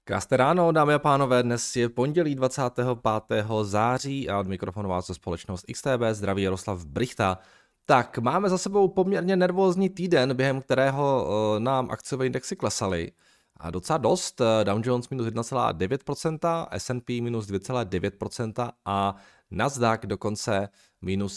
Krásné ráno, dámy a pánové, dnes je pondělí 25. září a od mikrofonu vás za společnost XTB zdraví Jaroslav Brichta. Tak, máme za sebou poměrně nervózní týden, během kterého nám akciové indexy klesaly. A docela dost, Dow Jones minus 1,9%, S&P minus 2,9% a Nasdaq dokonce minus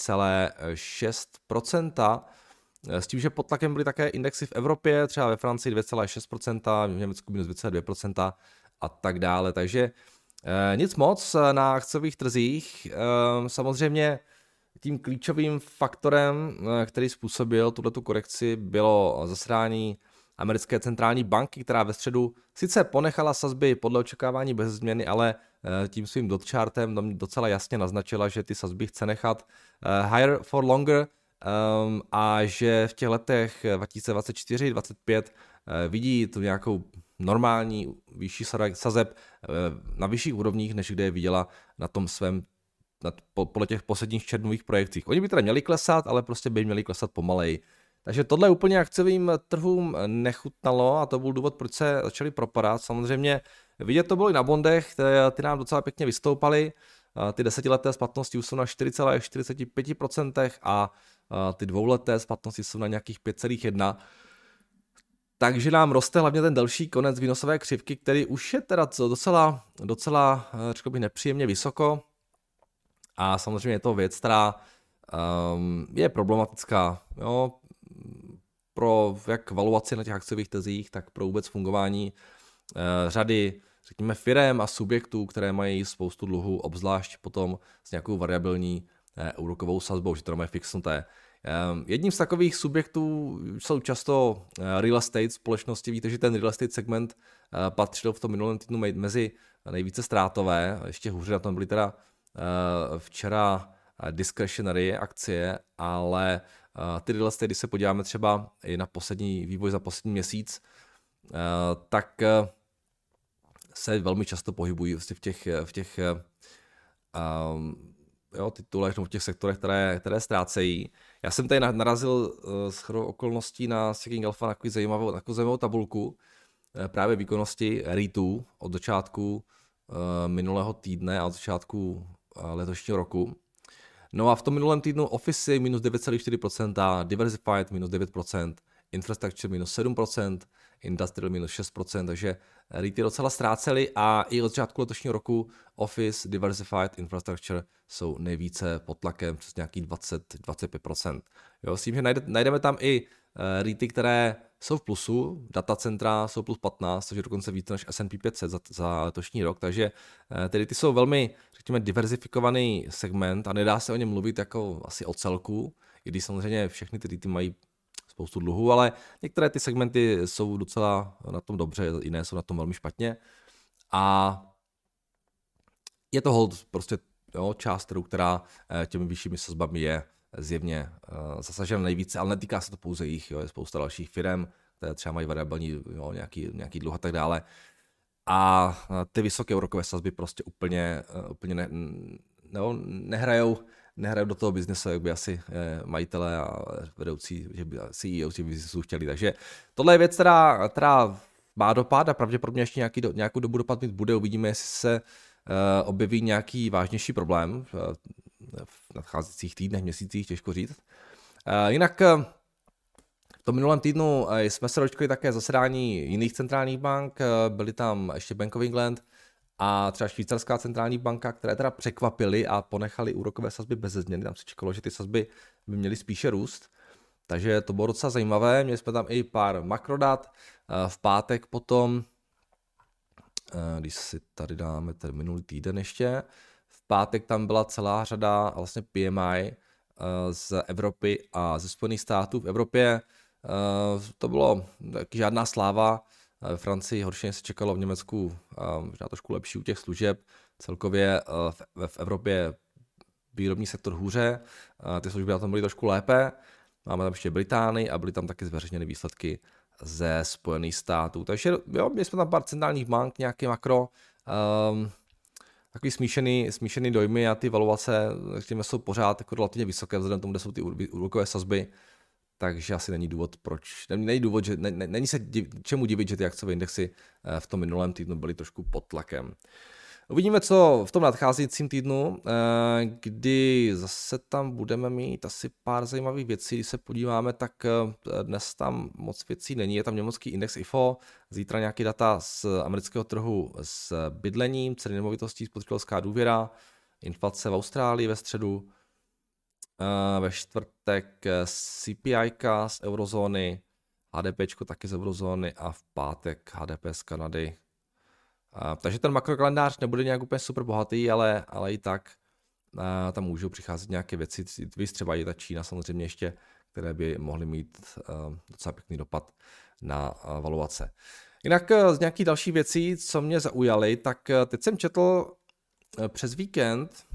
3,6%. S tím, že pod tlakem byly také indexy v Evropě, třeba ve Francii 2,6%, v Německu minus 2,2% a tak dále. Takže nic moc na akciových trzích. Samozřejmě tím klíčovým faktorem, který způsobil tuhletu korekci, bylo zasedání americké centrální banky, která ve středu sice ponechala sazby podle očekávání bez změny, ale tím svým dot chartem docela jasně naznačila, že ty sazby chce nechat higher for longer, a že v těch letech 2024-2025 vidí tu nějakou normální výšší sazeb na vyšších úrovních, než kde je viděla na tom svém podle těch posledních červnových projekcích. Oni by teda měli klesat, ale prostě by měli klesat pomaleji. Takže tohle úplně akciovým trhům nechutnalo a to byl důvod, proč se začaly propadat. Samozřejmě vidět to bylo i na bondech, ty nám docela pěkně vystoupaly. Ty desetileté splatnosti už jsou na 4,45% a ty dvouleté splatnosti jsou na nějakých 5,1%. Takže nám roste hlavně ten delší konec výnosové křivky, který už je teda docela řekl bych, nepříjemně vysoko. A samozřejmě je to věc, která je problematická, jo, pro jak valuaci na těch akciových trzích, tak pro vůbec fungování řady, řekněme, firem a subjektů, které mají spoustu dluhů, obzvlášť potom s nějakou variabilní úrokovou sazbou, že to mají fixnuté. Jedním z takových subjektů jsou často real estate společnosti. Víte, že ten real estate segment patřil v tom minulém týdnu mezi nejvíce ztrátové. Ještě hůře na tom byly teda včera discretionary akcie, ale ty real estate, když se podíváme třeba i na poslední vývoj za poslední měsíc, tak se velmi často pohybují v těch titulech nebo v těch sektorech, které ztrácejí. Já jsem tady narazil shodou okolností na Seeking Alpha na takovou zajímavou tabulku právě výkonnosti REITů od začátku minulého týdne a od začátku letošního roku. No a v tom minulém týdnu Office minus 9,4%, Diversified minus 9%, Infrastructure minus 7%, Industrial minus 6%, takže REITy docela ztrácely a i od začátku letošního roku Office, Diversified, Infrastructure jsou nejvíce pod tlakem přes nějakých 20-25%. Jo, s tím, že najdeme tam i REITy, které jsou v plusu, datacentra jsou plus 15, takže dokonce více než S&P 500 za letošní rok, takže ty REITy jsou velmi, řekněme, diverzifikovaný segment a nedá se o něm mluvit jako asi o celku, i když samozřejmě všechny ty REITy mají spoustu dluhů, ale některé ty segmenty jsou docela na tom dobře, jiné jsou na tom velmi špatně a je to hold prostě část trhu, která těmi vyššími sazbami je zjevně zasažena nejvíce, ale netýká se to pouze jich, je spousta dalších firem, které třeba mají variabilní nějaký dluh a tak dále. A ty vysoké úrokové sazby prostě úplně nehrajou do toho biznesu, jak by asi majitelé a vedoucí, že by CEO těch biznesů chtěli. Takže tohle je věc, která má dopad a pravděpodobně ještě nějakou dobu dopad mít bude. Uvidíme, jestli se objeví nějaký vážnější problém v nadcházejících týdnech, měsících, těžko říct. Jinak v tom minulém týdnu jsme se dočkali také zasedání jiných centrálních bank, byly tam ještě Bank of England a třeba švýcarská centrální banka, které teda překvapily a ponechali úrokové sazby bez změny. Tam se čekalo, že ty sazby by měly spíše růst. Takže to bylo docela zajímavé. Měli jsme tam i pár makrodat. V pátek potom, když si tady dáme ten minulý týden ještě, v pátek tam byla celá řada vlastně PMI z Evropy a ze Spojených států. V Evropě to bylo taky žádná sláva. Ve Francii horší se čekalo, v Německu možná trošku lepší u těch služeb. Celkově v Evropě výrobní sektor hůře, ty služby na tom byly trošku lépe. Máme tam ještě Británii a byly tam taky zveřejněny výsledky ze Spojených států. Takže jo, měli jsme tam pár centrálních bank, nějaký makro, takový smíšený dojmy a ty valuace, řekněme, jsou pořád jako relativně vysoké vzhledem tomu, kde jsou ty úrokové sazby. takže asi není důvod, není důvod, že není se čemu divit, že ty akciové indexy v tom minulém týdnu byly trošku pod tlakem. Uvidíme, co v tom nadcházejícím týdnu, kdy zase tam budeme mít asi pár zajímavých věcí. Když se podíváme, tak dnes tam moc věcí není. Je tam německý index IFO, zítra nějaký data z amerického trhu s bydlením, ceny nemovitostí, spotřebitelská důvěra, inflace v Austrálii ve středu, ve čtvrtek CPI z eurozóny, HDP taky z eurozóny a v pátek HDP z Kanady. Takže ten makrokalendář nebude nějak úplně super bohatý, ale i tak tam můžou přicházet nějaké věci, třeba i ta Čína samozřejmě ještě, které by mohly mít docela pěkný dopad na valuace. Jinak z nějakých dalších věcí, co mě zaujaly, tak teď jsem četl přes víkend,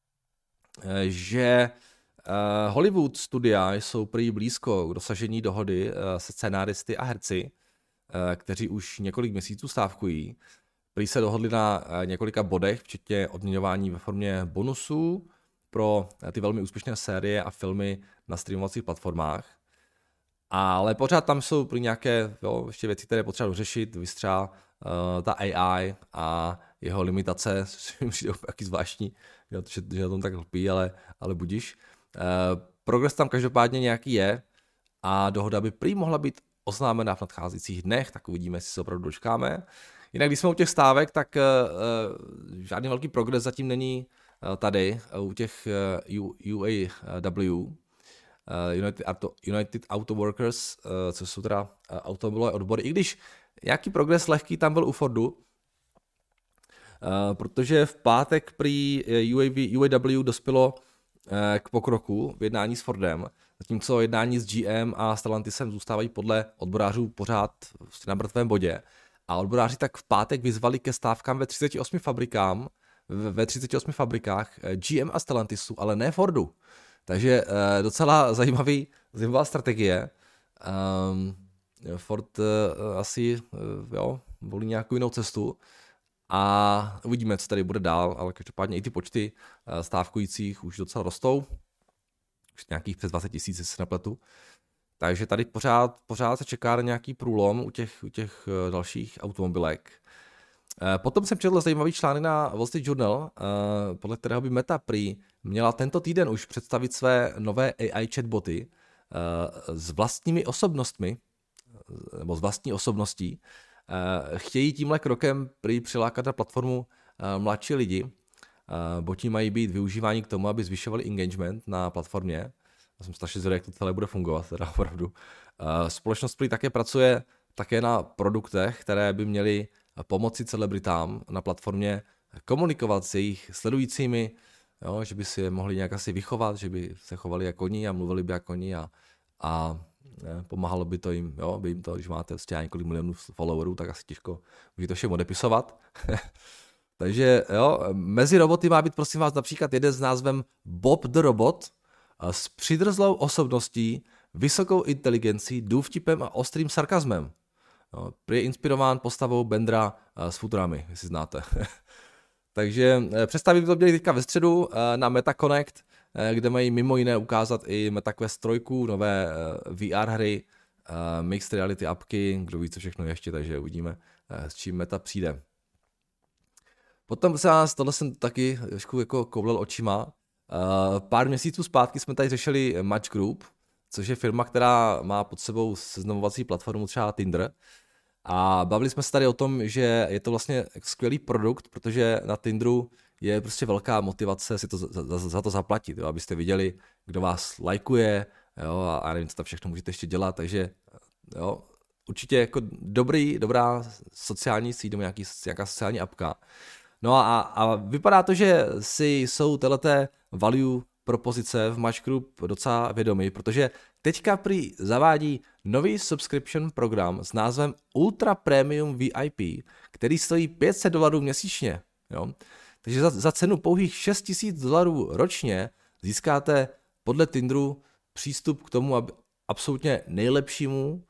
že Hollywood studia jsou prý blízko k dosažení dohody se scenáristy a herci, kteří už několik měsíců stávkují. Prý se dohodli na několika bodech, včetně odměňování ve formě bonusů pro ty velmi úspěšné série a filmy na streamovacích platformách. Ale pořád tam jsou prý nějaké ještě věci, které potřeba dořešit, vystřela ta AI a jeho limitace, což mi přijde taky zvláštní, že na tom tak lpí, ale budiš. Progres tam každopádně nějaký je a dohoda by prý mohla být oznámena v nadcházejících dnech, tak uvidíme, jestli se opravdu dočkáme. Jinak když jsme u těch stávek, tak žádný velký progres zatím není tady, u těch UAW, United Auto Workers, což jsou teda automobilové odbory, i když nějaký progres lehký tam byl u Fordu, protože v pátek prý UAW dospělo k pokroku v jednání s Fordem, zatímco jednání s GM a Stellantisem zůstávají podle odborářů pořád na mrtvém bodě. A odboráři tak v pátek vyzvali ke stávkám ve 38 fabrikách GM a Stellantisu, ale ne Fordu. Takže docela zajímavá strategie. Ford asi volí nějakou jinou cestu a uvidíme, co tady bude dál, ale každopádně i ty počty stávkujících už docela rostou. Už nějakých přes 20 000, jestli se nepletu. Takže tady pořád se čeká na nějaký průlom u těch dalších automobilek. Potom jsem četl zajímavý článek na Wall Street Journal, podle kterého by Meta prý měla tento týden už představit své nové AI chatboty s vlastními osobnostmi, nebo s vlastní osobností. Chtějí tímhle krokem prý přilákat na platformu mladší lidi. Boti mají být využíváni k tomu, aby zvyšovali engagement na platformě. Já jsem strašně zvědavý, jak to celé bude fungovat, teda opravdu. Společnost prý také pracuje na produktech, které by měly pomoci celebritám na platformě komunikovat s jejich sledujícími, že by si je mohli nějak asi vychovat, že by se chovali jako oni a mluvili by jako oni a pomáhalo by to jim, by jim to, když máte několik milionů followerů, tak asi těžko můžete všem odepisovat. Takže mezi roboty má být, prosím vás, například jeden s názvem Bob the Robot s přidrzlou osobností, vysokou inteligencí, důvtipem a ostrým sarkazmem. Je inspirován postavou Bendera s Futurami, jestli znáte. Takže představy to měli teďka ve středu na MetaConnect, kde mají mimo jiné ukázat i MetaQuest 3, nové VR hry, mixed reality apky, kdo ví co všechno ještě, takže uvidíme, s čím Meta přijde. Potom tohle jsem taky trošku jako koulel očima. Pár měsíců zpátky jsme tady řešili Match Group, což je firma, která má pod sebou seznamovací platformu třeba Tinder. A bavili jsme se tady o tom, že je to vlastně skvělý produkt, protože na Tinderu je prostě velká motivace si to za to zaplatit, abyste viděli, kdo vás lajkuje, a nevím, co tam všechno můžete ještě dělat, takže určitě jako dobrá sociální síť, nebo nějaká sociální apka. No a vypadá to, že jsou téhleté value propozice v Match Group docela vědomí, protože teďka prý zavádí nový subscription program s názvem Ultra Premium VIP, který stojí $500 měsíčně. Takže za cenu pouhých $6,000 ročně získáte podle Tinderu přístup k tomu absolutně nejlepšímu,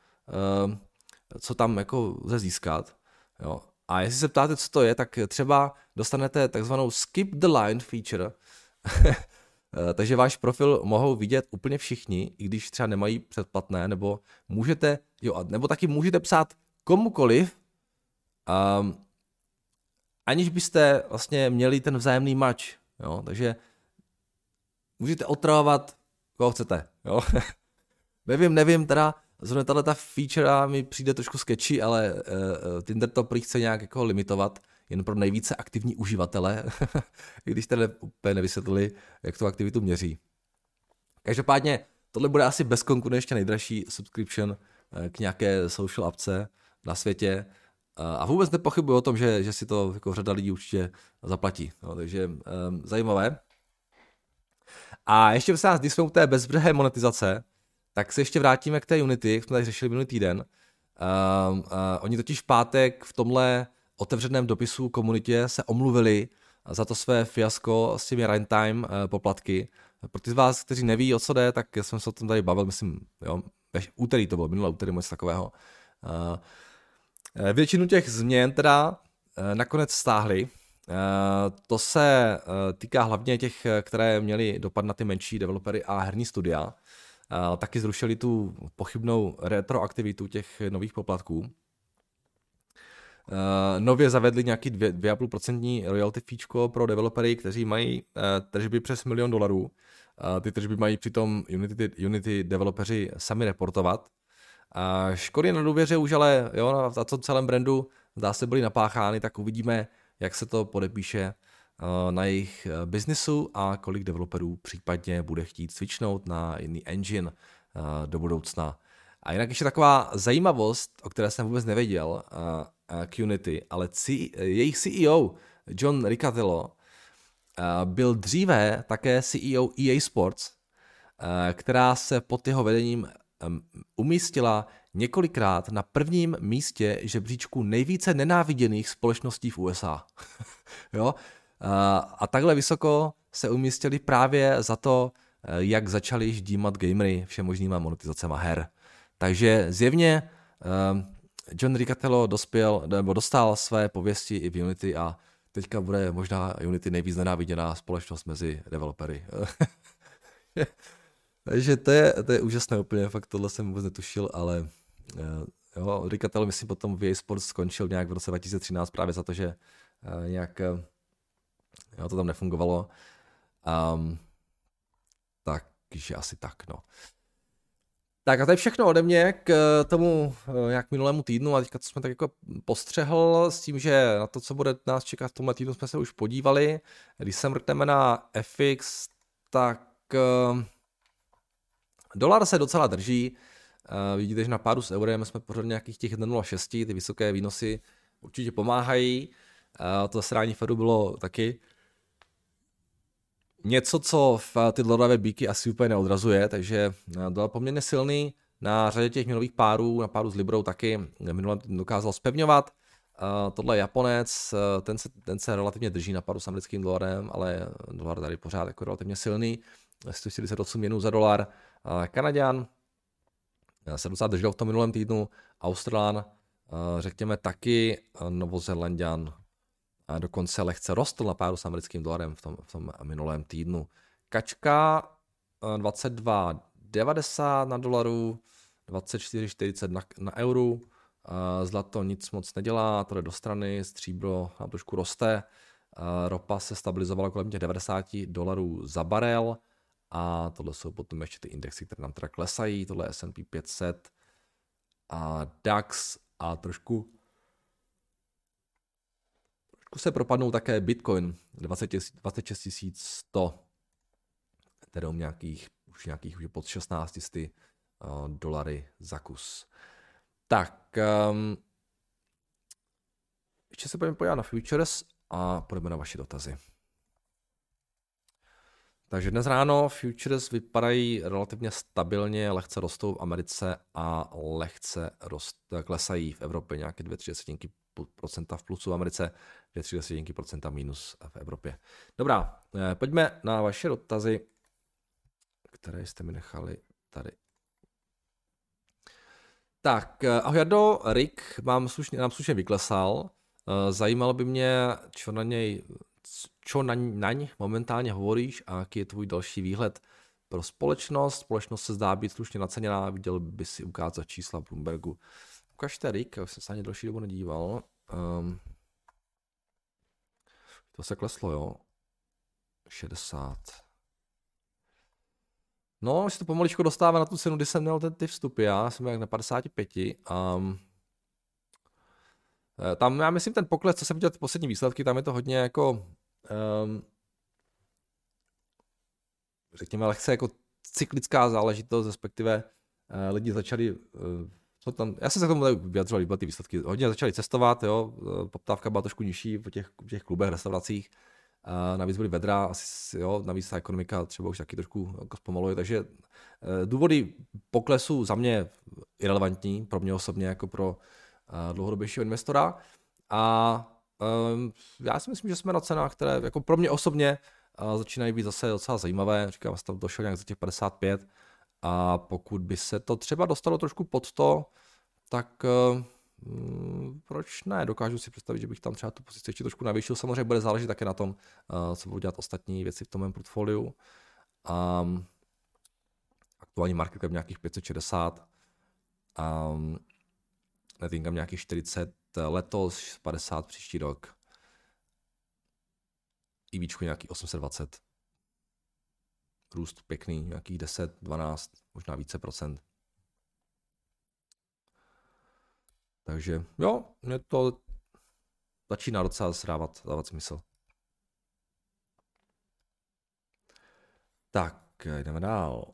co tam jako lze získat. A jestli se ptáte, co to je, tak třeba dostanete takzvanou skip the line feature, Takže váš profil mohou vidět úplně všichni, i když třeba nemají předplatné, nebo můžete, nebo taky můžete psát komukoliv, aniž byste vlastně měli ten vzájemný match, jo, takže můžete otravovat koho chcete, jo. nevím, teda zrovna tato feature mi přijde trošku sketchy, ale Tinder to prý chce nějak jako limitovat jen pro nejvíce aktivní uživatele, i když teda úplně nevysvětlili, jak tu aktivitu měří. Každopádně tohle bude asi bezkonkurenčně nejdražší subscription k nějaké social appce na světě a vůbec nepochybuji o tom, že si to jako řada lidí určitě zaplatí. No, takže zajímavé. A ještě se nás, když jsme u té bezbřehé monetizace, tak se ještě vrátíme k té Unity, jak jsme tady řešili minulý týden. Oni totiž v pátek v tomhle otevřeném dopisu komunitě se omluvili za to své fiasko s těmi runtime poplatky. Pro ty z vás, kteří neví, o co jde, tak jsem se o tom tady bavil, myslím, jo, úterý to bylo, minulé úterý, něco takového. Většinu těch změn teda nakonec stáhli. To se týká hlavně těch, které měly dopad na ty menší developery a herní studia. Taky zrušili tu pochybnou retroaktivitu těch nových poplatků. Nově zavedli nějaký 2,5% royalty fíčko pro developery, kteří mají tržby přes $1 000 000. Ty tržby mají přitom Unity developeři sami reportovat. Škody na důvěře už ale jo, na tom celém brandu zdá se byly napáchány, tak uvidíme, jak se to podepíše na jejich biznisu a kolik developerů případně bude chtít switchnout na jiný engine do budoucna. A jinak ještě taková zajímavost, o které jsem vůbec nevěděl k Unity, ale jejich CEO John Riccatello byl dříve také CEO EA Sports, která se pod jeho vedením umístila několikrát na prvním místě žebříčku nejvíce nenáviděných společností v USA. Jo? A takhle vysoko se umístili právě za to, jak začali ždímat gamery všemožnýma monetizacema her. Takže zjevně John Riccatello dostal své pověsti i v Unity a teďka bude možná Unity nejvíc nenáviděná společnost mezi developery. Takže to je úžasné úplně, fakt tohle jsem vůbec netušil, ale jo, Riccatello myslím potom v EA Sports skončil nějak v roce 2013 právě za to, že nějak jo, to tam nefungovalo. Takže asi tak, no. Tak a to je všechno ode mě k tomu jak minulému týdnu a teďka co jsme tak jako postřehl s tím, že na to, co bude nás čekat v tomhle týdnu, jsme se už podívali. Když se mrkneme na FX, tak dolar se docela drží. Vidíte, že na pádu s eurem jsme pořád nějakých těch 1,06, ty vysoké výnosy určitě pomáhají. To zasrání Fedu bylo taky něco, co v ty dolarové bíky asi úplně neodrazuje, takže dolar poměrně silný. Na řadě těch měnových párů, na páru s Librou taky minule dokázal zpevňovat. Tohle je Japonec, ten se relativně drží na páru s americkým dolarem, ale dolar tady pořád jako relativně silný. 148 jenů za dolar. Kanaďan se docela držel v tom minulém týdnu. Australán, řekněme taky. Novozélanďan dokonce lehce rostl na páru s americkým dolarem v tom minulém týdnu. Kačka 22,90 na dolaru, 24,40 na euru. Zlato nic moc nedělá, to jde do strany, stříbro nám trošku roste. Ropa se stabilizovala kolem těch $90 za barel. A tohle jsou potom ještě ty indexy, které nám teda klesají. Tohle je S&P 500 a DAX a trošku se propadnou také Bitcoin 26 100, tedy už pod 16 dolary za kus. Tak, ještě se budeme podívat na futures a půjdeme na vaše dotazy. Takže dnes ráno futures vypadají relativně stabilně, lehce rostou v Americe a lehce klesají v Evropě nějaké 2,3% v plusu v Americe, 2,3% minus v Evropě. Dobrá, pojďme na vaše dotazy, které jste mi nechali tady. Tak, ahoj Jardo, Rick nám slušně vyklesal. Zajímalo by mě, čo naň momentálně hovoríš a jaký je tvůj další výhled pro společnost? Společnost se zdá být slušně naceněná, viděl by si ukázat čísla Bloombergu. Ukažte Rick, já jsem se ani další dobu nedíval. To se kleslo, jo? 60. No, se to pomaličku dostává na tu cenu, kdy jsem měl ty vstupy, já jsem jak na 55. Tam, já myslím, ten pokles, co jsem viděl ty poslední výsledky, tam je to hodně jako, řekněme, lehce jako cyklická záležitost, respektive lidi začali, co tam, já jsem se k tomu vyjadřoval, byly ty výsledky, hodně začali cestovat, jo, poptávka byla trošku nižší po těch klubech, restauracích, navíc byly vedra, asi, jo, navíc ta ekonomika třeba už taky trošku jako zpomaluje, takže důvody poklesu za mě irelevantní, pro mě osobně jako pro dlouhodobějšího investora a já si myslím, že jsme na cenách, které jako pro mě osobně začínají být zase docela zajímavé, říkám, že tam došel nějak za těch 55 a pokud by se to třeba dostalo trošku pod to, tak proč ne, dokážu si představit, že bych tam třeba tu pozici ještě trošku navýšil, samozřejmě bude záležet také na tom, co budou dělat ostatní věci v tom mém portfoliu. Aktuální market cap nějakých 560, net income nějakých 40 letos, 50 příští rok. EVčko nějaký 820. Růst pěkný, nějakých 10, 12, možná více procent. Takže jo, mě to začíná docela dávat smysl. Tak, jdeme dál.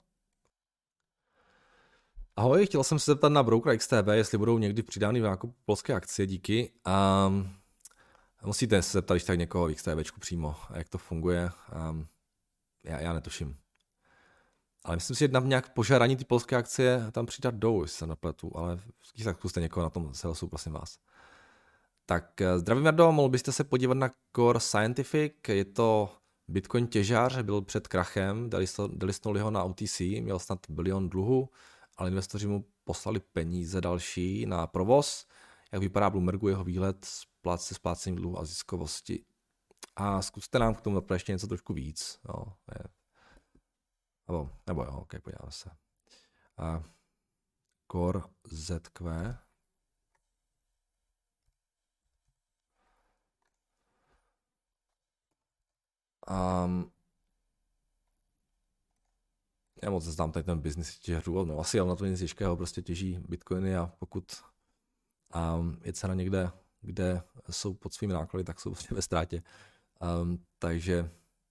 Ahoj, chtěl jsem se zeptat na Broker XTB, jestli budou někdy přidány v nákup polské akcie, díky. Musíte se zeptat, když tak někoho v XTBčku přímo, a jak to funguje. Já netuším. Ale myslím si, že na nějak požádání ty polské akcie tam přidat jdou, jestli se napletu, ale tak zkuste někoho na tom salesu, prosím vás. Tak zdravím, Jardo, mohl byste se podívat na Core Scientific, je to Bitcoin těžař, byl před krachem, delisnuli ho na OTC, měl snad bilion dluhu, ale investoři mu poslali peníze další na provoz. Jak vypadá Bloombergu jeho výhled se splácením dluhu a ziskovosti? A zkuste nám k tomu ještě něco trošku víc. Jo, nebo jo, ok, podíváme se. Core ZQ. Já moc neznám tady ten business těžařů, no asi ale na to nic těžkého, prostě těží bitcoiny a pokud je cena někde, kde jsou pod svými náklady, tak jsou prostě ve ztrátě. Takže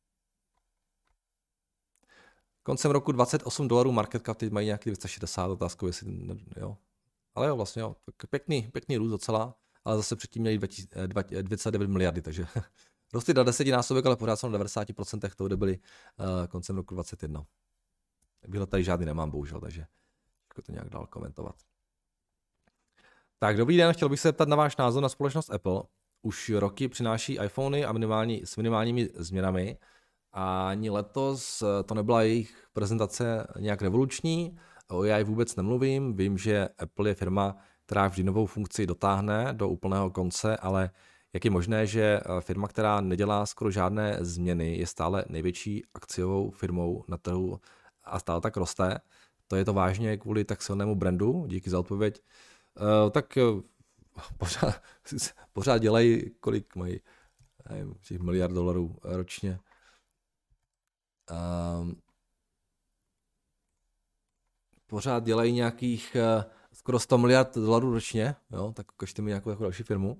koncem roku $28 market cap, teď mají nějaký 260, otázkou, jestli, jo. Ale jo, vlastně jo, tak pěkný růst docela, ale zase předtím měli 2,9 miliardy, takže rostly na 10násobek, ale pořád jsou na 90% toho, kde byli koncem roku 2021. Výhled tady žádný nemám, bohužel, takže to nějak dál komentovat. Tak dobrý den, chtěl bych se zeptat na váš názor na společnost Apple. Už roky přináší iPhony a s minimálními změnami a ani letos to nebyla jejich prezentace nějak revoluční. O AI vůbec nemluvím, vím, že Apple je firma, která vždy novou funkci dotáhne do úplného konce, ale jak je možné, že firma, která nedělá skoro žádné změny, je stále největší akciovou firmou na trhu a stále tak roste? To je to vážně kvůli tak silnému brandu? Díky za odpověď. Tak pořád dělají, kolik mají, nevím, těch miliard dolarů ročně. Pořád dělají nějakých skoro 100 miliard dolarů ročně, jo, tak ukažte mi nějakou další firmu.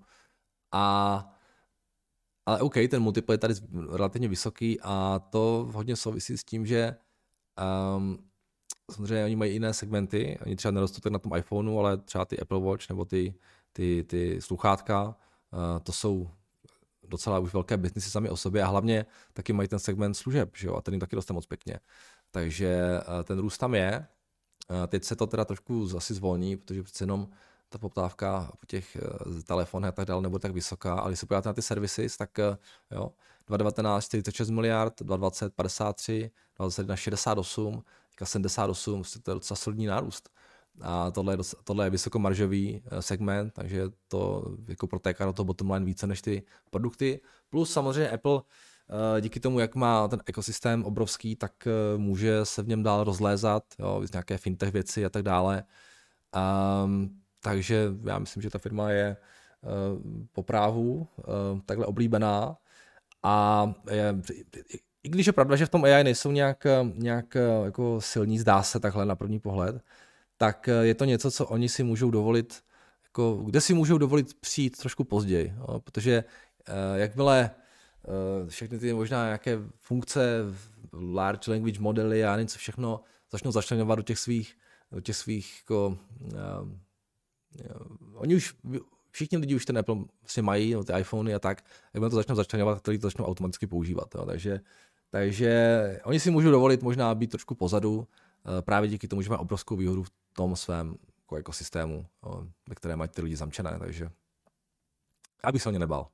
Ale OK, ten multiple je tady relativně vysoký a to hodně souvisí s tím, že samozřejmě oni mají jiné segmenty, oni třeba nerostou tak na tom iPhoneu, ale třeba ty Apple Watch nebo ty sluchátka, to jsou docela už velké biznesy sami o sobě a hlavně taky mají ten segment služeb, že jo, a ten jim taky roste moc pěkně. Takže ten růst tam je. Teď se to teda trošku asi zvolní, protože přece jenom ta poptávka po těch telefonech a tak dále nebude tak vysoká, ale když se podíváte na ty services, tak jo, 2019 46 miliard, 2020 53, 2021 68, 78, to je docela solidní nárůst. A tohle je vysokomaržový segment, takže to jako protéká do toho bottom line více než ty produkty. Plus samozřejmě Apple díky tomu, jak má ten ekosystém obrovský, tak může se v něm dál rozlézat, jo, nějaké fintech věci a tak dále. Takže já myslím, že ta firma je po právu takhle oblíbená a i když je pravda, že v tom AI nejsou nějak jako silní, zdá se takhle na první pohled, tak je to něco, co oni si můžou dovolit, jako, kde si můžou dovolit přijít trošku později, jo, protože jakmile všechny ty možná nějaké funkce, large language modely a něco všechno začnou začlenovat do těch svých jako, oni už, všichni lidi už ten Apple vlastně mají, no, ty iPhony a tak, jakmile to začnou začlenovat, tak to začnou automaticky používat, jo, takže oni si můžou dovolit možná být trošku pozadu, právě díky tomu, že mají obrovskou výhodu v tom svém jako ekosystému, ve které mají ty lidi zamčené, takže já bych se o ně nebál.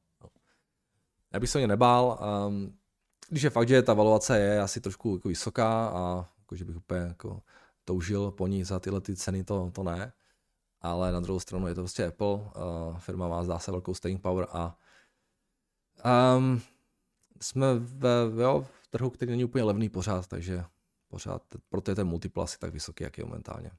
Když je fakt, že ta valuace je asi trošku jako vysoká a jako, že bych úplně jako toužil po ní za tyhle ty ceny, to ne. Ale na druhou stranu je to prostě Apple, firma má zdá se velkou staying power a jsme v trhu, který není úplně levný pořád, takže pořád, proto je ten multiple asi tak vysoký, jak je momentálně.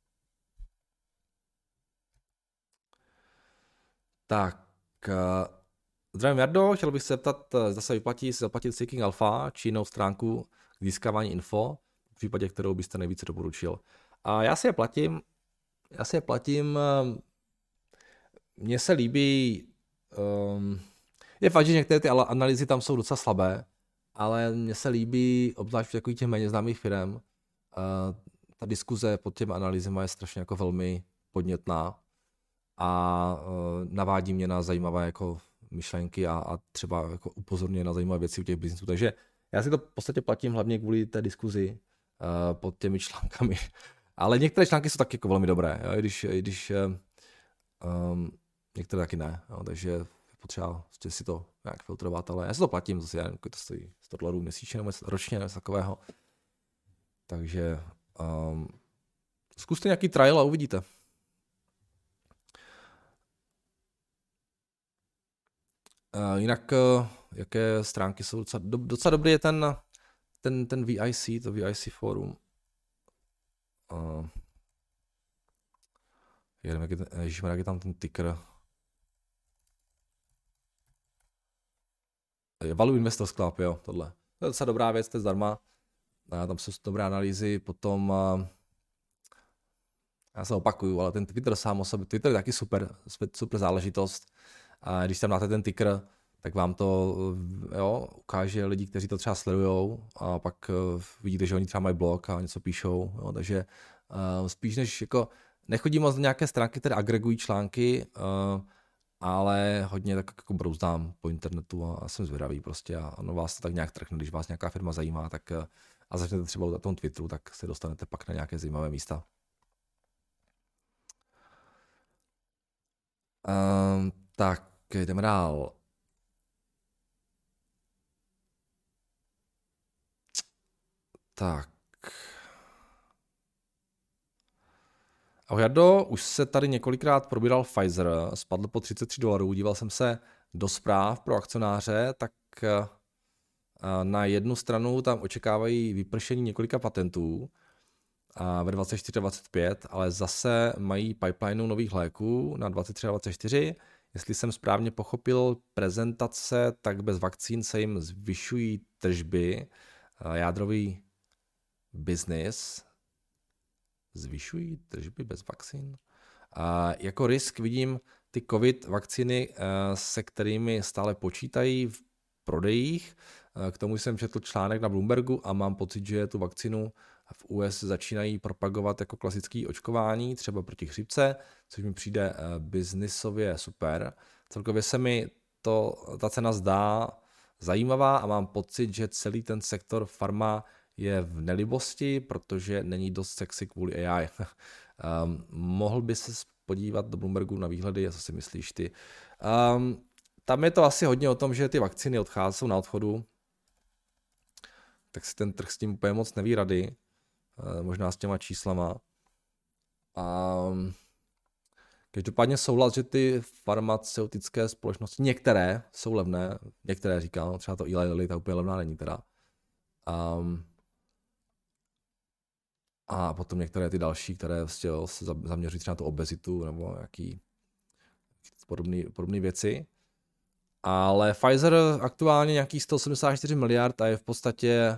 Tak, zdravím Jardo, chtěl bych se zeptat, zda se vyplatí si zaplatit Seeking Alpha či jinou stránku k získávání info, v případě, kterou byste nejvíce doporučil. A já si je platím, mně se líbí, je fakt, že některé ty analýzy tam jsou docela slabé, ale mně se líbí, obzvlášť v takových těch méně známých firm, ta diskuze pod těmi analýzama je strašně jako velmi podnětná a navádí mě na zajímavé jako myšlenky a třeba jako upozorňuje na zajímavé věci u těch biznisů. Takže já si to v podstatě platím hlavně kvůli té diskuzi pod těmi článkami. Ale některé články jsou taky jako velmi dobré, jo? I když některé taky ne. Jo? Takže je potřeba si to nějak filtrovat, ale já si to platím, zase já, to stojí $100 měsíčně nebo ročně, nebo takového. Takže zkuste nějaký trial a uvidíte. Jinak, jaké stránky jsou docela dobrý je ten VIC, to VIC forum. Jak je tam ten ticker. Value Investors Club, jo, tohle. To je docela dobrá věc, to je zdarma. Tam jsou dobré analýzy, potom já se opakuju, ale ten Twitter sám o sobě, Twitter je taky super záležitost. A když tam máte ten ticker, tak vám to ukáže lidi, kteří to třeba sledujou a pak vidíte, že oni třeba mají blog a něco píšou, jo, takže spíš než jako nechodím moc na nějaké stránky, které agregují články, ale hodně tak jako brouzdám po internetu a jsem zvědavý prostě a vás to tak nějak trhne, když vás nějaká firma zajímá, tak a začnete třeba na tom Twitteru, tak se dostanete pak na nějaké zajímavé místa. Tak, jdeme dál. Tak. Ahoj Jardo, už se tady několikrát probíral Pfizer, spadl po $33, díval jsem se do zpráv pro akcionáře, tak na jednu stranu tam očekávají vypršení několika patentů ve 24 a 25, ale zase mají pipeline nových léků na 23 a 24. Jestli jsem správně pochopil prezentace, tak bez vakcín se jim zvyšují tržby, jádrový business, zvyšují tržby bez vakcín. Jako risk vidím ty COVID vakcíny, se kterými stále počítají v prodejích. K tomu jsem četl článek na Bloombergu a mám pocit, že tu vakcínu v US začínají propagovat jako klasické očkování, třeba proti chřipce, což mi přijde biznisově super. Celkově se mi ta cena zdá zajímavá a mám pocit, že celý ten sektor farma je v nelibosti, protože není dost sexy kvůli AI. Mohl by se podívat do Bloombergu na výhledy, co si myslíš ty? Tam je to asi hodně o tom, že ty vakcíny jsou na odchodu, tak si ten trh s tím úplně moc neví rady, možná s těma číslama. Každopádně souhlas, že ty farmaceutické společnosti, některé jsou levné, některé říkám, třeba to Eli Lilly, ta úplně levná není teda. A potom některé ty další, které vlastně se zaměřují třeba na tu obezitu nebo nějaký podobné věci. Ale Pfizer aktuálně nějakých 184 miliard a je v podstatě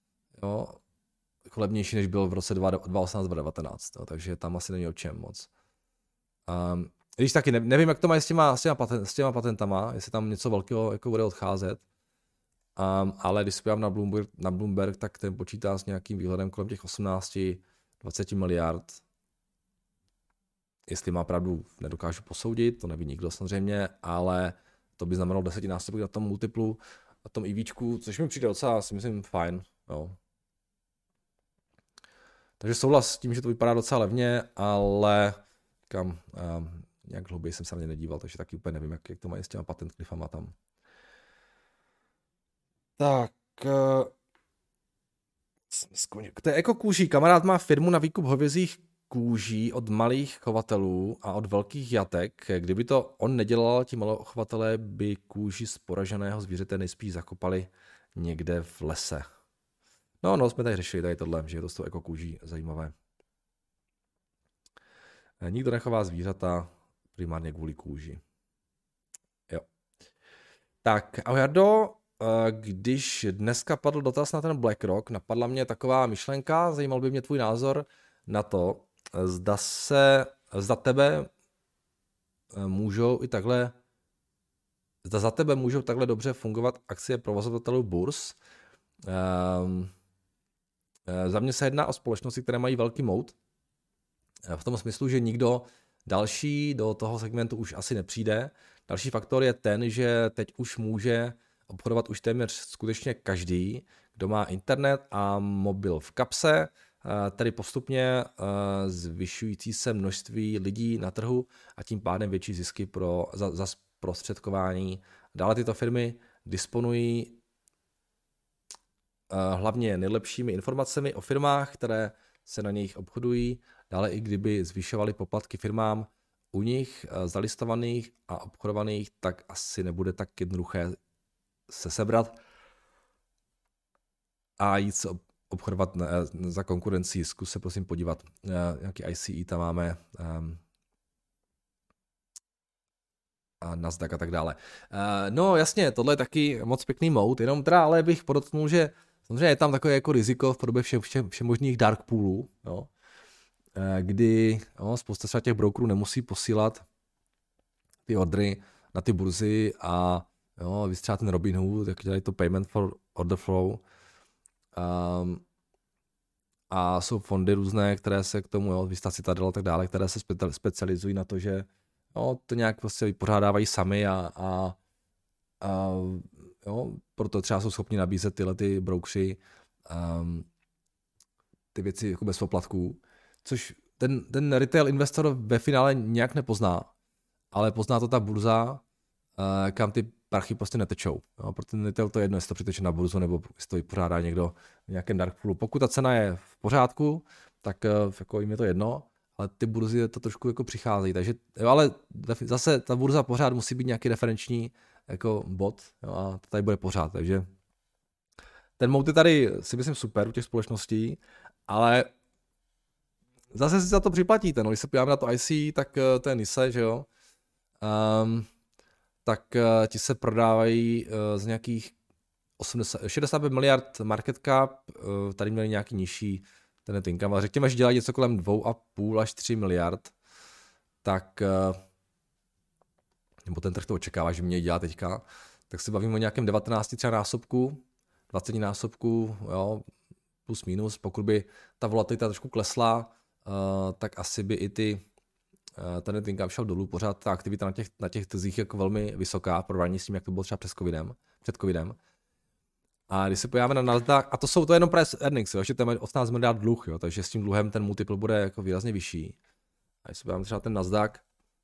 jako levnější, než byl v roce 2018-2019, takže tam asi není o čem moc. Když taky nevím, jak to mají s těma patentama, jestli tam něco velkého jako bude odcházet, ale když se podívám na Bloomberg, tak ten počítá s nějakým výhledem kolem těch 18-20 miliard. Jestli má pravdu, nedokážu posoudit, to neví nikdo samozřejmě, ale to by znamenalo 10násobek na tom multiplu, na tom EVčku, což mi přijde docela, si myslím, fajn. Jo. Takže souhlas s tím, že to vypadá docela levně, ale nějak hlouběji jsem se na ně nedíval, takže taky úplně nevím, jak to mají s těma patent cliffama tam. Tak, k té ekokůží. Kamarád má firmu na výkup hovězích kůží od malých chovatelů a od velkých jatek. Kdyby to on nedělal, ti malochovatelé by kůži z poraženého zvířete nejspíš zakopali někde v lese. No, jsme tady řešili tady tohle, že je to s tou ekokůží zajímavé. Nikdo nechová zvířata primárně kvůli kůži. Jo. Tak, ahoj Jardo, když dneska padl dotaz na ten BlackRock, napadla mě taková myšlenka, zajímal by mě tvůj názor na to, zda tebe můžou i takhle, zda za tebe můžou takhle dobře fungovat akcie provozovatelů burz. Za mě se jedná o společnosti, které mají velký moat, v tom smyslu, že nikdo další do toho segmentu už asi nepřijde. Další faktor je ten, že teď už může obchodovat už téměř skutečně každý, kdo má internet a mobil v kapse, tedy postupně zvyšující se množství lidí na trhu a tím pádem větší zisky za zprostředkování. Dále tyto firmy disponují hlavně nejlepšími informacemi o firmách, které se na nich obchodují. Dále i kdyby zvyšovali poplatky firmám u nich zalistovaných a obchodovaných, tak asi nebude tak jednoduché se sebrat a jít se obchodovat za konkurencí. Zkus se prosím podívat, jaký ICE tam máme a Nasdaq a tak dále. No jasně, tohle je taky moc pěkný mout, jenom teda ale bych podotknul, že samozřejmě je tam takové jako riziko v podobě všemožných dark poolů, jo, kdy spousta třeba těch brokerů nemusí posílat ty ordry na ty burzy a víc třeba ten Robinhood, jak dělají to payment for order flow, a jsou fondy různé, které se k tomu, Vista Citadel a tak dále, které se specializují na to, že to nějak prostě vypořádávají sami a proto třeba jsou schopni nabízet tyhle ty brokeři ty věci jako bez poplatků, což ten retail investor ve finále nějak nepozná, ale pozná to ta burza, kam ty prachy prostě netečou. Pro ten retail to je jedno, jestli to přiteče na burzu, nebo jestli to vypořádá někdo v nějakém dark poolu. Pokud ta cena je v pořádku, tak jako jim je to jedno, ale ty burzy to trošku jako přicházejí. Takže, ale zase ta burza pořád musí být nějaký referenční jako bod, a to tady bude pořád. Takže ten mout je tady, si myslím, super u těch společností, ale zase si za to připlatíte. Když se podíváme na to IC, tak to je NISE, že jo? Tak ti se prodávají z nějakých 65 miliard market cap, tady měli nějaký nižší ten net income, ale řekněme, že dělají něco kolem 2,5 až 3 miliard, tak nebo ten trh to očekává, že mě dělá teďka, tak se bavíme o nějakém 19 třeba násobku, 20 násobku, jo, plus minus, pokud by ta volatilita trošku klesla, tak asi by i ten net income šel dolů, pořád ta aktivita na těch trzích je jako velmi vysoká, porovnání s tím, jak to bylo třeba před covidem. A když se podíváme na Nasdaq, a to je jenom price earnings, že to je 18 miliard dluh, jo, takže s tím dluhem ten multiple bude jako výrazně vyšší. A když se podíváme třeba ten Nasdaq,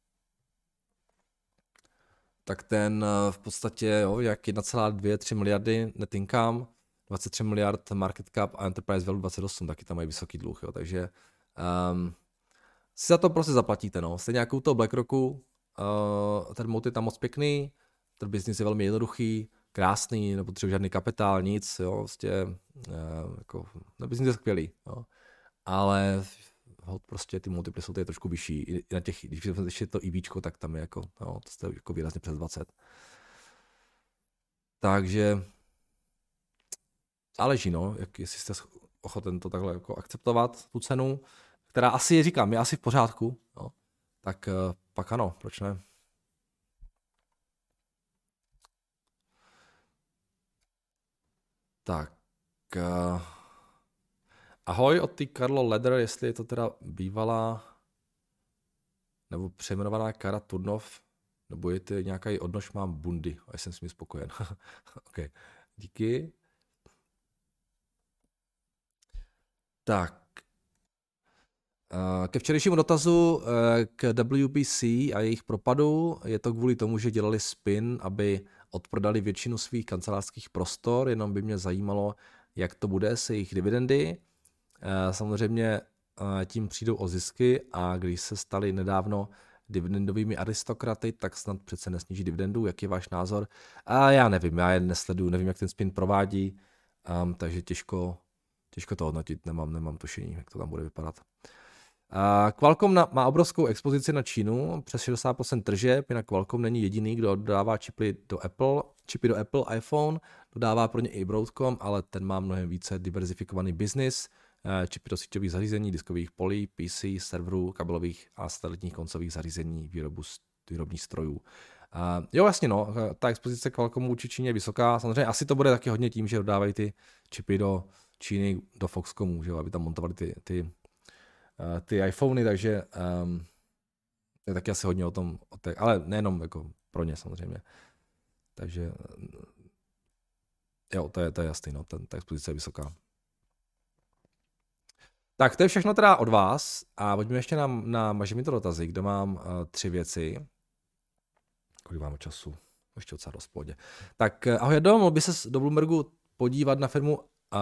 tak ten v podstatě jak 1,2-3 miliardy net income, 23 miliard market cap a enterprise value 28, taky tam mají vysoký dluh, jo, takže si za to prostě zaplatíte, no. Stejně jako u toho BlackRocku, ten mod je tam moc pěkný, ten biznis je velmi jednoduchý, krásný, nepotřebuje žádný kapitál, nic, jo, prostě, jako, no, biznis je skvělý, jo. Ale prostě ty multiply jsou tady trošku vyšší, i na těch, když je to IBčko, tak tam je jako, no, to je jako výrazně přes 20. Takže záleží, no, jestli jste ochoten to takhle jako akceptovat, tu cenu, která asi, říkám, je asi v pořádku, no, tak pak ano, proč ne? Tak, ahoj od ty Karlo Leder, jestli je to teda bývalá nebo přejmenovaná Kara Turnov, nebo je to nějaký odnož mám bundy, a jsem s ním spokojen. OK, díky. Tak, ke včerejšímu dotazu k WBC a jejich propadu je to kvůli tomu, že dělali spin, aby odprodali většinu svých kancelářských prostor, jenom by mě zajímalo, jak to bude s jejich dividendy. Samozřejmě tím přijdou o zisky a když se stali nedávno dividendovými aristokraty, tak snad přece nesníží dividendu. Jak je váš názor? Já nevím, já je nesleduju, nevím, jak ten spin provádí, takže těžko to hodnotit, nemám tušení, jak to tam bude vypadat. Qualcomm má obrovskou expozici na Čínu, přes 60% tržeb, jinak Qualcomm není jediný, kdo dodává čipy do Apple iPhone, dodává pro ně i Broadcom, ale ten má mnohem více diverzifikovaný biznis, čipy do síťových zařízení, diskových polí, PC, serverů, kabelových a satelitních koncových zařízení, výrobních strojů. Jo, jasně, no, ta expozice Qualcommu vůči Číně je vysoká, samozřejmě asi to bude taky hodně tím, že dodávají ty čipy do Číny, do Foxcomu, že jo, aby tam montovali ty iPhony, takže je taky asi hodně o tom, ale nejenom jako pro ně samozřejmě. Takže jo, to je jasný, no, ta expozice je vysoká. Tak to je všechno teda od vás a pojďme ještě na Mažemi to dotazy, kde mám 3 věci. Kolik máme času? Ještě docela dost v pohodě. Tak ahoj, mohl by se do Bloombergu podívat na firmu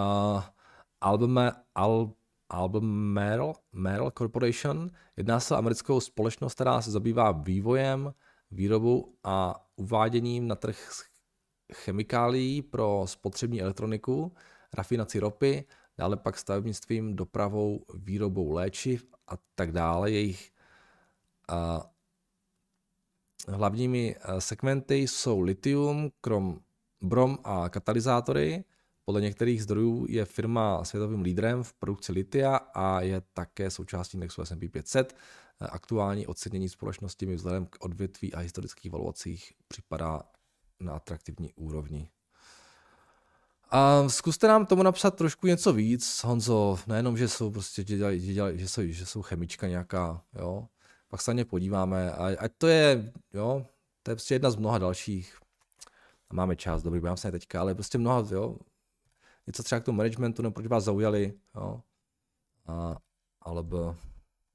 Albemarle Corporation. Jedná se o americkou společnost, která se zabývá vývojem, výrobou a uváděním na trh chemikálií pro spotřební elektroniku, rafinaci ropy, dále pak stavebnictvím, dopravou, výrobou léčiv a tak dále. Jejich hlavními segmenty jsou litium, brom a katalyzátory. Podle některých zdrojů je firma světovým lídrem v produkci litia a je také součástí indexu S&P 500. Aktuální ocenění společnosti mi vzhledem k odvětví a historických valuacích připadá na atraktivní úrovni. A zkuste nám tomu napsat trošku něco víc, Honzo, nejenom, že jsou prostě že jsou chemička nějaká, jo. Pak se na ně podíváme, ať to je, jo, to je prostě jedna z mnoha dalších. A máme čas, dobrý, budeme se ne teďka, ale prostě mnoha, jo. Něco třeba k tomu managementu, nebo proč vás zaujali, jo. Alebo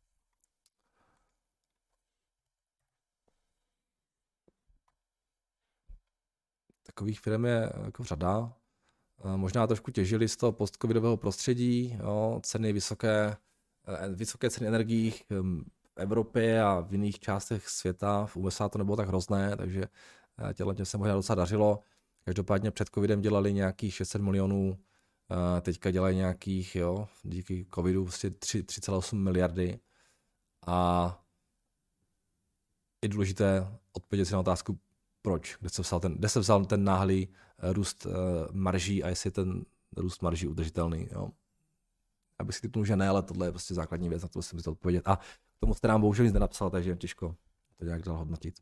takových firm je jako řada. Možná trošku těžili z toho postcovidového prostředí, jo, vysoké ceny energií v Evropě a v jiných částech světa. V USA to nebylo tak hrozné, takže těm se možná docela dařilo. Každopádně před covidem dělali nějakých 600 milionů, teďka dělají nějakých, jo, díky covidu prostě 3,8 miliardy. A je důležité odpovědět si na otázku, proč, kde se vzal ten náhlý růst marží a jestli je ten růst marží udržitelný. Jo. Abych si typnul, že ne, ale tohle je prostě základní věc, na to jsem si odpovědět. A k tomu jste nám bohužel nic nenapsal, takže je těžko to nějak dál hodnotit.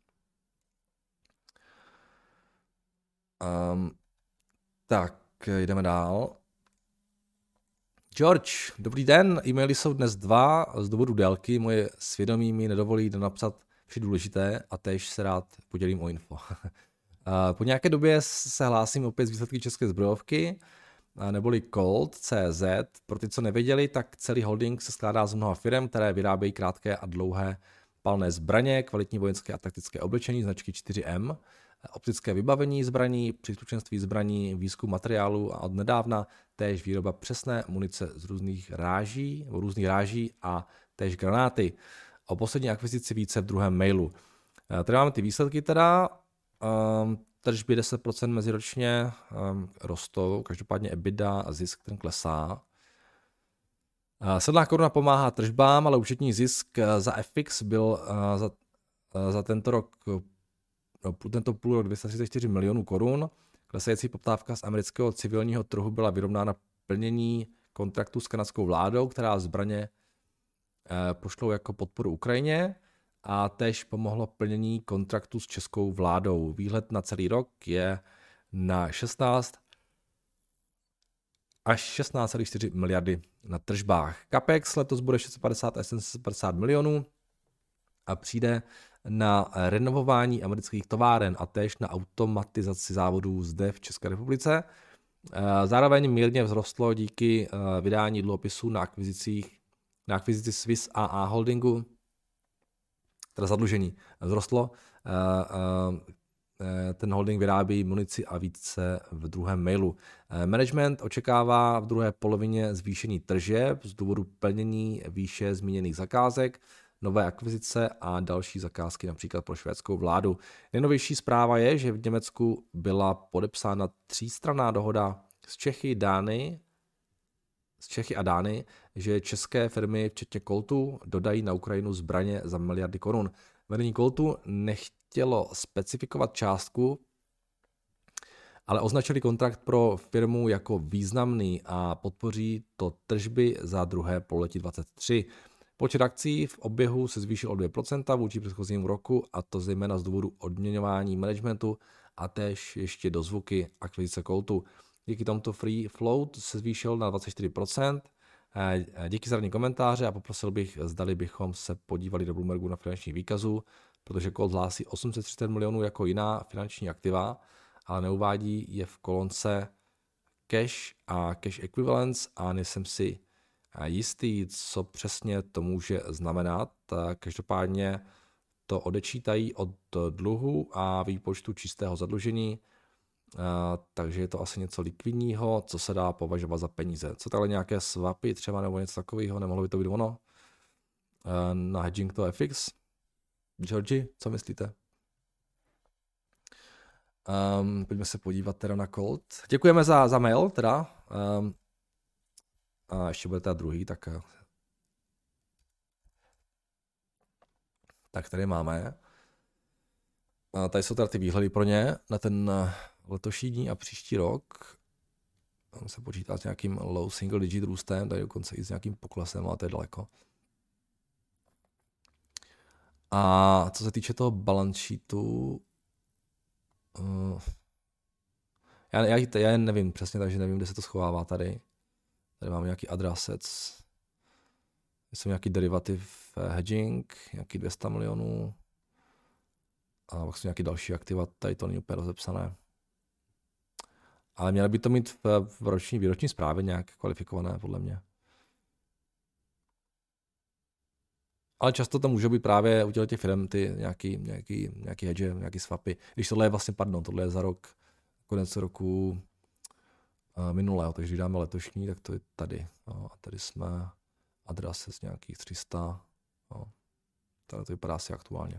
Tak, jdeme dál. George, dobrý den, e-maily jsou dnes 2, z důvodu délky moje svědomí mi nedovolí napsat vše důležité a též se rád podělím o info. Po nějaké době se hlásím opět z výsledky české zbrojovky, neboli Colt.cz. Pro ty, co nevěděli, tak celý holding se skládá z mnoha firm, které vyrábějí krátké a dlouhé palné zbraně, kvalitní vojenské a taktické oblečení značky 4M, optické vybavení zbraní, příslušenství zbraní, výzkum materiálu a od nedávna též výroba přesné munice z různých ráží a též granáty. O poslední akvizici více v druhém mailu. Tady máme ty výsledky teda. Tržby 10% meziročně rostou, každopádně EBITDA a zisk ten klesá. Sedlá koruna pomáhá tržbám, ale účetní zisk za FX byl za tento rok, tento půl rok 234 milionů korun. Klesající poptávka z amerického civilního trhu byla vyrovnána plnění kontraktu s kanadskou vládou, která zbraně pošlou jako podporu Ukrajině, a též pomohlo plnění kontraktu s českou vládou. Výhled na celý rok je na 16 až 16,4 miliardy na tržbách. Capex letos bude 650 až 750 milionů a přijde na renovování amerických továren a též na automatizaci závodů zde v České republice. Zároveň mírně vzrostlo díky vydání dluhopisů na akvizici Swiss AA Holdingu, teda zadlužení vzrostlo. Ten holding vyrábí munici a více v druhém mailu. Management očekává v druhé polovině zvýšení tržeb z důvodu plnění výše zmíněných zakázek, nové akvizice a další zakázky například pro švédskou vládu. Nejnovější zpráva je, že v Německu byla podepsána třístranná dohoda s Čechy a Dány, že české firmy, včetně Coltu, dodají na Ukrajinu zbraně za miliardy korun. Vedení Coltu nechtělo specifikovat částku, ale označili kontrakt pro firmu jako významný a podpoří to tržby za druhé pololetí 2023. Počet akcí v oběhu se zvýšil o 2% vůči předchozímu roku, a to zejména z důvodu odměňování managementu a též ještě dozvuky akvizice Coltu. Díky tomuto free float se zvýšil na 24%. Díky za radní komentáře a poprosil bych, zdali bychom se podívali do Bloombergu na finanční výkazu, protože Colt hlásí 830 milionů jako jiná finanční aktiva, ale neuvádí je v kolonce cash a cash equivalents a nejsem si jistý, co přesně to může znamenat. Každopádně to odečítají od dluhu a výpočtu čistého zadlužení, takže je to asi něco likvidního, co se dá považovat za peníze. Co takhle nějaké swapy třeba nebo něco takového, nemohlo by to být ono? Na hedging to FX? Georgi, co myslíte? Pojďme se podívat teda na Colt. Děkujeme za mail teda. A ještě bude teda druhý, tak tady máme. Tady jsou teda ty výhledy pro ně na ten letošní a příští rok. Tam se počítá s nějakým low single digit růstem, tady dokonce i s nějakým poklesem, ale to je daleko. A co se týče toho balance sheetu, já nevím přesně, takže nevím, kde se to schovává tady. Tady máme nějaký other assets, jsou nějaký derivativ hedging, nějaký 200 milionů a pak jsou nějaký další aktiva, tady to není úplně rozepsané. Ale měly by to mít v výroční zprávě nějak kvalifikované, podle mě. Ale často to může být právě u těch firm ty nějaký hedge, nějaký swapy. Když tohle je vlastně, tohle je za rok, konec roku minulého, takže když dáme letošní, tak to je tady. No, a tady jsme adrese z nějakých 300. No, tady to vypadá asi aktuálně.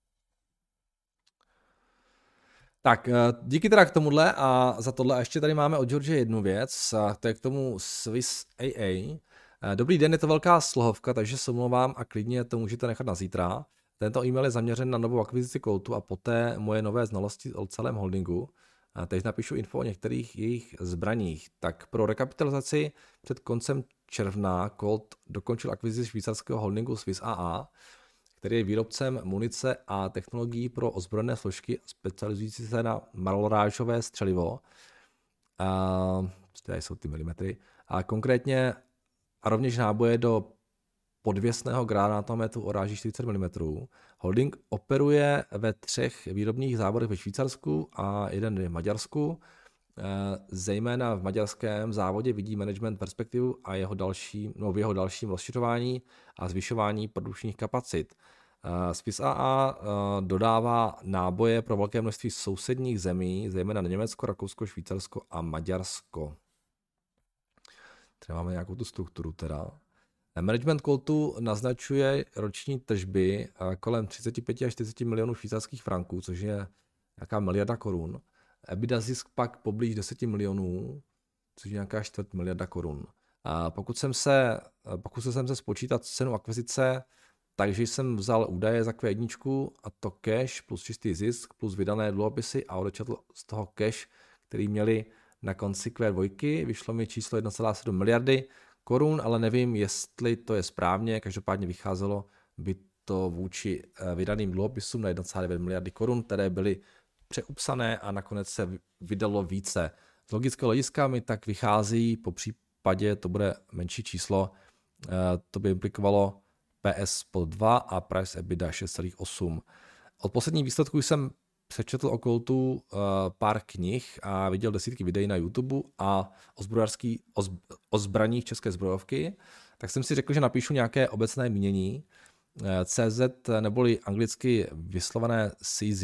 Tak, díky teda k tomuhle a za tohle. A ještě tady máme od George jednu věc, a to je k tomu Swiss AA. Dobrý den, je to velká slohovka, takže se omlouvám a klidně to můžete nechat na zítra. Tento e-mail je zaměřen na novou akvizici Coltu a poté moje nové znalosti o celém holdingu. Teď napíšu info o některých jejich zbraních. Tak pro rekapitalizaci před koncem června Colt dokončil akvizici švýcarského holdingu Swiss AA, který je výrobcem munice a technologií pro ozbrojené složky specializující se na malorážové střelivo. Tady jsou ty milimetry. A konkrétně a rovněž náboje do podvěsného granátometu o ráži 40 mm. Holding operuje ve 3 výrobních závodech ve Švýcarsku a jeden je v Maďarsku. Zejména v maďarském závodě vidí management perspektivu a v jeho dalším rozšiřování a zvyšování produkčních kapacit. Swiss AA dodává náboje pro velké množství sousedních zemí, zejména na Německo, Rakousko, Švýcarsko a Maďarsko. Tady máme nějakou tu strukturu teda. Management Coltu naznačuje roční tržby kolem 35 až 40 milionů švýcarských franků, což je nějaká miliarda korun. EBITDA zisk pak poblíž 10 milionů, což je nějaká čtvrt miliarda korun. A pokusil jsem se spočítat cenu akvizice, takže jsem vzal údaje za Q1 a to cash plus čistý zisk plus vydané dluhopisy a odečetl z toho cash, který měli na konci Q2, vyšlo mi číslo 1,7 miliardy korun, ale nevím, jestli to je správně, každopádně vycházelo by to vůči vydaným dluhopisům na 1,9 miliardy korun, které byly přeupsané a nakonec se vydalo více. Z logického hlediska mi tak vychází, po případě to bude menší číslo, to by implikovalo PS pod 2 a price EBITDA 6,8. Od posledních výsledků jsem přečetl o Coltu pár knih a viděl desítky videí na YouTube a o zbraních české zbrojovky, tak jsem si řekl, že napíšu nějaké obecné mínění. CZ neboli anglicky vyslovené CZ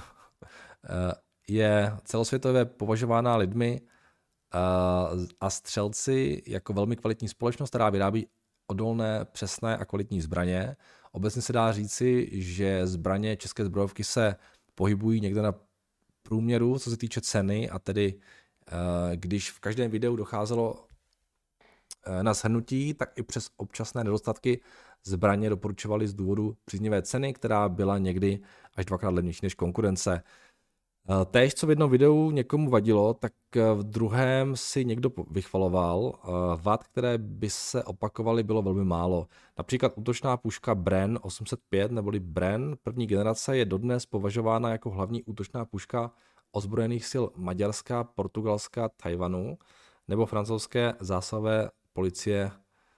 je celosvětově považována lidmi a střelci jako velmi kvalitní společnost, která vyrábí odolné, přesné a kvalitní zbraně. Obecně se dá říci, že zbraně české zbrojovky se pohybují někde na průměru, co se týče ceny, a tedy když v každém videu docházelo na shrnutí, tak i přes občasné nedostatky zbraně doporučovali z důvodu příznivé ceny, která byla někdy až 2x levnější než konkurence. Též, co v jednom videu někomu vadilo, tak v druhém si někdo vychvaloval. Vad, které by se opakovaly, bylo velmi málo. Například útočná puška Bren 805 neboli Bren první generace je dodnes považována jako hlavní útočná puška ozbrojených sil Maďarska, Portugalska, Tajvanu nebo francouzské zásahové policie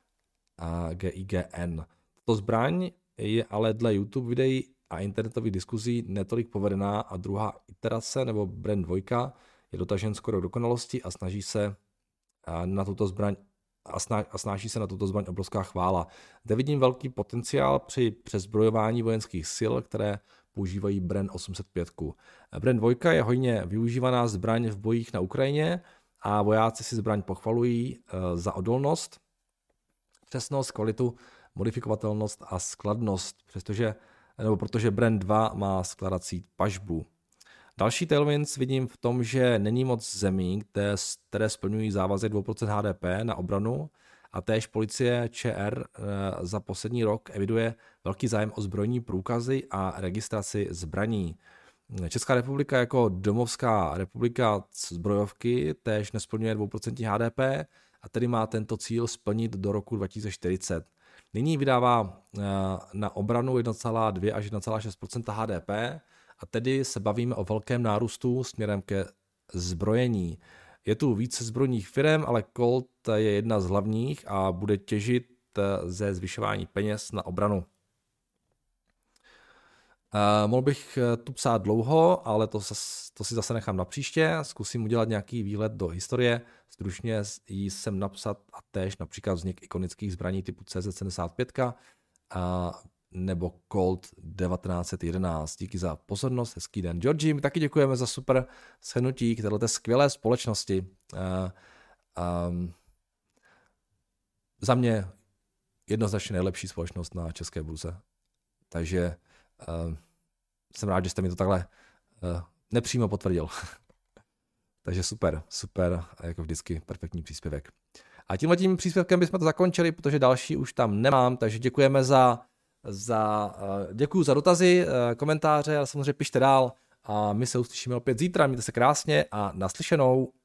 GIGN. Tato zbraň je ale dle YouTube videí a internetových diskuzí netolik povedená a druhá iterace nebo Bren 2 je dotažen skoro k dokonalosti a snaží se na tuto zbraň obrovská chvála. Zde vidím velký potenciál při přezbrojování vojenských sil, které používají Bren 805. Bren 2 je hojně využívaná zbraň v bojích na Ukrajině a vojáci si zbraň pochvalují za odolnost, přesnost, kvalitu, modifikovatelnost a skladnost, protože Bren 2 má skladací pažbu. Další tailwinds vidím v tom, že není moc zemí, které splňují závazek 2% HDP na obranu a též policie ČR za poslední rok eviduje velký zájem o zbrojní průkazy a registraci zbraní. Česká republika jako domovská republika zbrojovky též nesplňuje 2% HDP a tedy má tento cíl splnit do roku 2040. Nyní vydává na obranu 1,2 až 1,6% HDP a tedy se bavíme o velkém nárůstu směrem ke zbrojení. Je tu více zbrojních firm, ale Colt je jedna z hlavních a bude těžit ze zvyšování peněz na obranu. Mohl bych tu psát dlouho, ale to si zase nechám na příště. Zkusím udělat nějaký výhled do historie. Stručně ji sem napsat a též například vznik ikonických zbraní typu CZ75 nebo Colt 1911. Díky za pozornost, hezký den. Georgi, my taky děkujeme za super shrnutí k této skvělé společnosti. Za mě jednoznačně nejlepší společnost na české burze. Takže jsem rád, že jste mi to takhle nepřímo potvrdil. Takže super, jako vždycky perfektní příspěvek. A tímhletím příspěvkem bychom to zakončili, protože další už tam nemám, takže děkujeme děkuju za dotazy, komentáře a samozřejmě pište dál a my se uslyšíme opět zítra, mějte se krásně a naslyšenou.